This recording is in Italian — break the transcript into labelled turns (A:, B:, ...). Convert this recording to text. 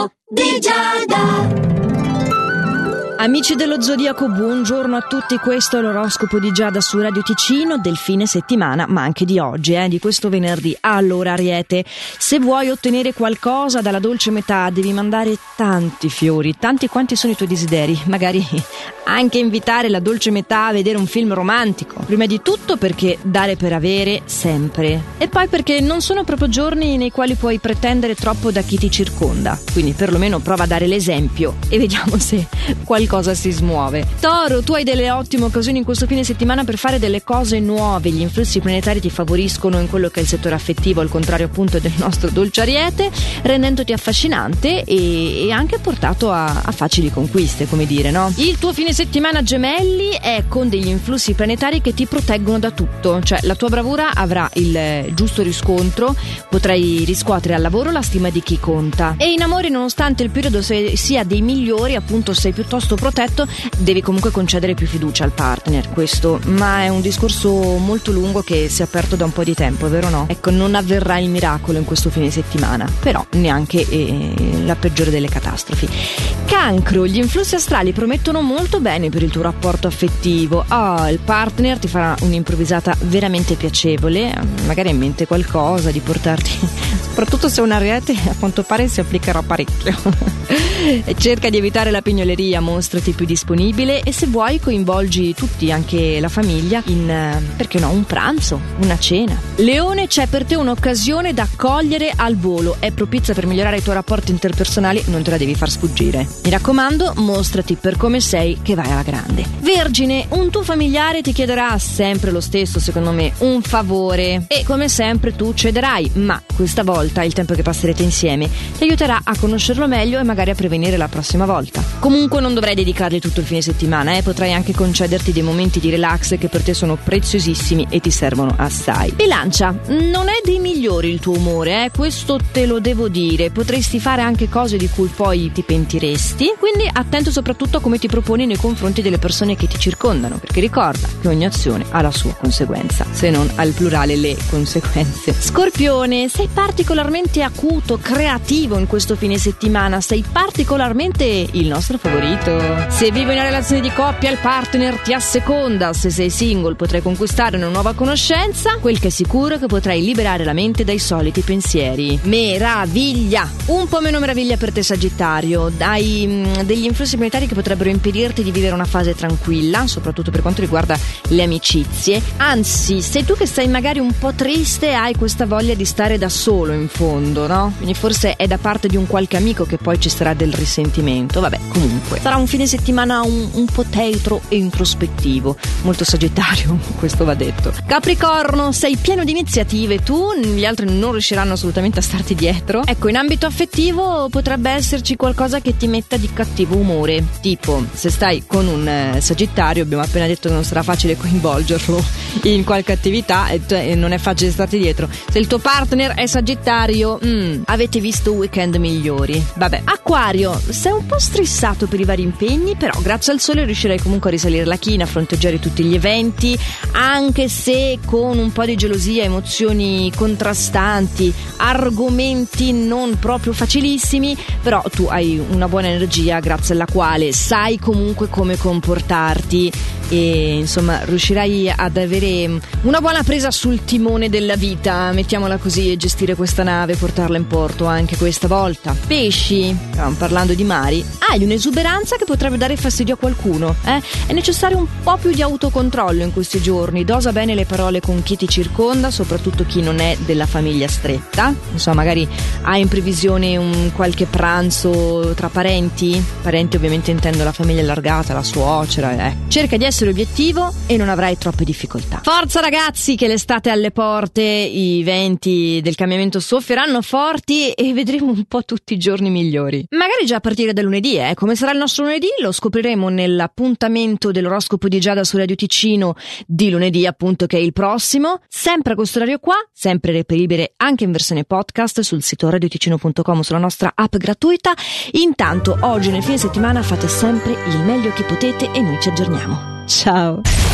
A: L'oroscopo di Giada.
B: Amici dello Zodiaco, buongiorno a tutti, questo è l'oroscopo di Giada su Radio Ticino del fine settimana, ma anche di oggi, di questo venerdì. Allora Ariete, se vuoi ottenere qualcosa dalla dolce metà devi mandare tanti fiori, tanti quanti sono i tuoi desideri, magari anche invitare la dolce metà a vedere un film romantico. Prima di tutto perché dare per avere sempre, e poi perché non sono proprio giorni nei quali puoi pretendere troppo da chi ti circonda, quindi perlomeno prova a dare l'esempio e vediamo se qualcosa si smuove. Toro, tu hai delle ottime occasioni in questo fine settimana per fare delle cose nuove, gli influssi planetari ti favoriscono in quello che è il settore affettivo, al contrario appunto del nostro dolce Ariete, rendendoti affascinante e anche portato a facili conquiste, come dire, no? Il tuo fine settimana Gemelli è con degli influssi planetari che ti proteggono da tutto, cioè la tua bravura avrà il giusto riscontro, potrai riscuotere al lavoro la stima di chi conta, e in amore, nonostante il periodo sia dei migliori, appunto sei piuttosto protetto, devi comunque concedere più fiducia al partner, questo, ma è un discorso molto lungo che si è aperto da un po' di tempo, è vero, no? Ecco, non avverrà il miracolo in questo fine settimana, però neanche la peggiore delle catastrofi. Cancro, gli influssi astrali promettono molto bene per il tuo rapporto affettivo. Il partner ti farà un'improvvisata veramente piacevole, magari in mente qualcosa di portarti, soprattutto se è un Ariete, a quanto pare si applicherà parecchio. Cerca di evitare la pignoleria, mostrati più disponibile e se vuoi coinvolgi tutti, anche la famiglia, in, perché no, un pranzo, una cena. Leone, c'è per te un'occasione da cogliere al volo, è propizia per migliorare i tuoi rapporti interpersonali, non te la devi far sfuggire. Mi raccomando, mostrati per come sei, che vai alla grande. Vergine, un tuo familiare ti chiederà sempre lo stesso, secondo me, un favore, e come sempre tu cederai, ma questa volta il tempo che passerete insieme ti aiuterà a conoscerlo meglio e magari a prevenire la prossima volta. Comunque non dovrai dedicargli tutto il fine settimana, potrai anche concederti dei momenti di relax che per te sono preziosissimi e ti servono assai. Bilancia, non è dei migliori il tuo umore, questo te lo devo dire, potresti fare anche cose di cui poi ti pentiresti, quindi attento soprattutto a come ti proponi nei confronti delle persone che ti circondano, perché ricorda che ogni azione ha la sua conseguenza, se non al plurale le conseguenze. Scorpione, sei particolarmente acuto, creativo in questo fine settimana, sei particolarmente il nostro favorito. Se vivi una relazione di coppia il partner ti asseconda, se sei single potrai conquistare una nuova conoscenza, quel che è sicuro è che potrai liberare la mente dai soliti pensieri. Meraviglia! Un po' meno meraviglia per te Sagittario, hai degli influssi planetari che potrebbero impedirti di vivere una fase tranquilla, soprattutto per quanto riguarda le amicizie, anzi sei tu che sei magari un po' triste e hai questa voglia di stare da solo in fondo, no? Quindi forse è da parte di un qualche amico che poi ci sarà del risentimento. Vabbè, comunque sarà un fine settimana un po' tetro e introspettivo, molto Sagittario, questo va detto. Capricorno, sei pieno di iniziative tu, gli altri non riusciranno assolutamente a starti dietro. Ecco, in ambito affettivo potrebbe esserci qualcosa che ti metta di cattivo umore, tipo se stai con un Sagittario, abbiamo appena detto che non sarà facile coinvolgerlo in qualche attività e non è facile starti dietro. Se il tuo partner è Sagittario, avete visto weekend migliori. Vabbè. Acquario, sei un po' stressato per i vari impegni, però grazie al sole riuscirai comunque a risalire la china, a fronteggiare tutti gli eventi, anche se con un po' di gelosia, emozioni contrastanti, argomenti non proprio facilissimi, però tu hai una buona energia grazie alla quale sai comunque come comportarti e insomma riuscirai ad avere una buona presa sul timone della vita, mettiamola così, e gestire questa nave, portarla in porto anche questa volta. Pesci, parlando di mari, hai un'esuberanza che potrebbe dare fastidio a qualcuno, È necessario un po' più di autocontrollo in questi giorni, dosa bene le parole con chi ti circonda, soprattutto chi non è della famiglia stretta, insomma magari hai in previsione un qualche pranzo tra parenti ovviamente intendo la famiglia allargata, la suocera, cerca di essere obiettivo e non avrai troppe difficoltà. Forza ragazzi, che l'estate è alle porte, i venti del cambiamento soffieranno forti e vedremo un po' tutti i giorni migliori, magari già a partire da lunedì. Come sarà il nostro lunedì lo scopriremo nell'appuntamento dell'oroscopo di Giada su Radio Ticino di lunedì, appunto, che è il prossimo, sempre a questo orario qua, sempre reperibile anche in versione podcast sul sito radioticino.com, sulla nostra app gratuita. Intanto oggi nel fine settimana fate sempre il meglio che potete e noi ci aggiorniamo. Ciao!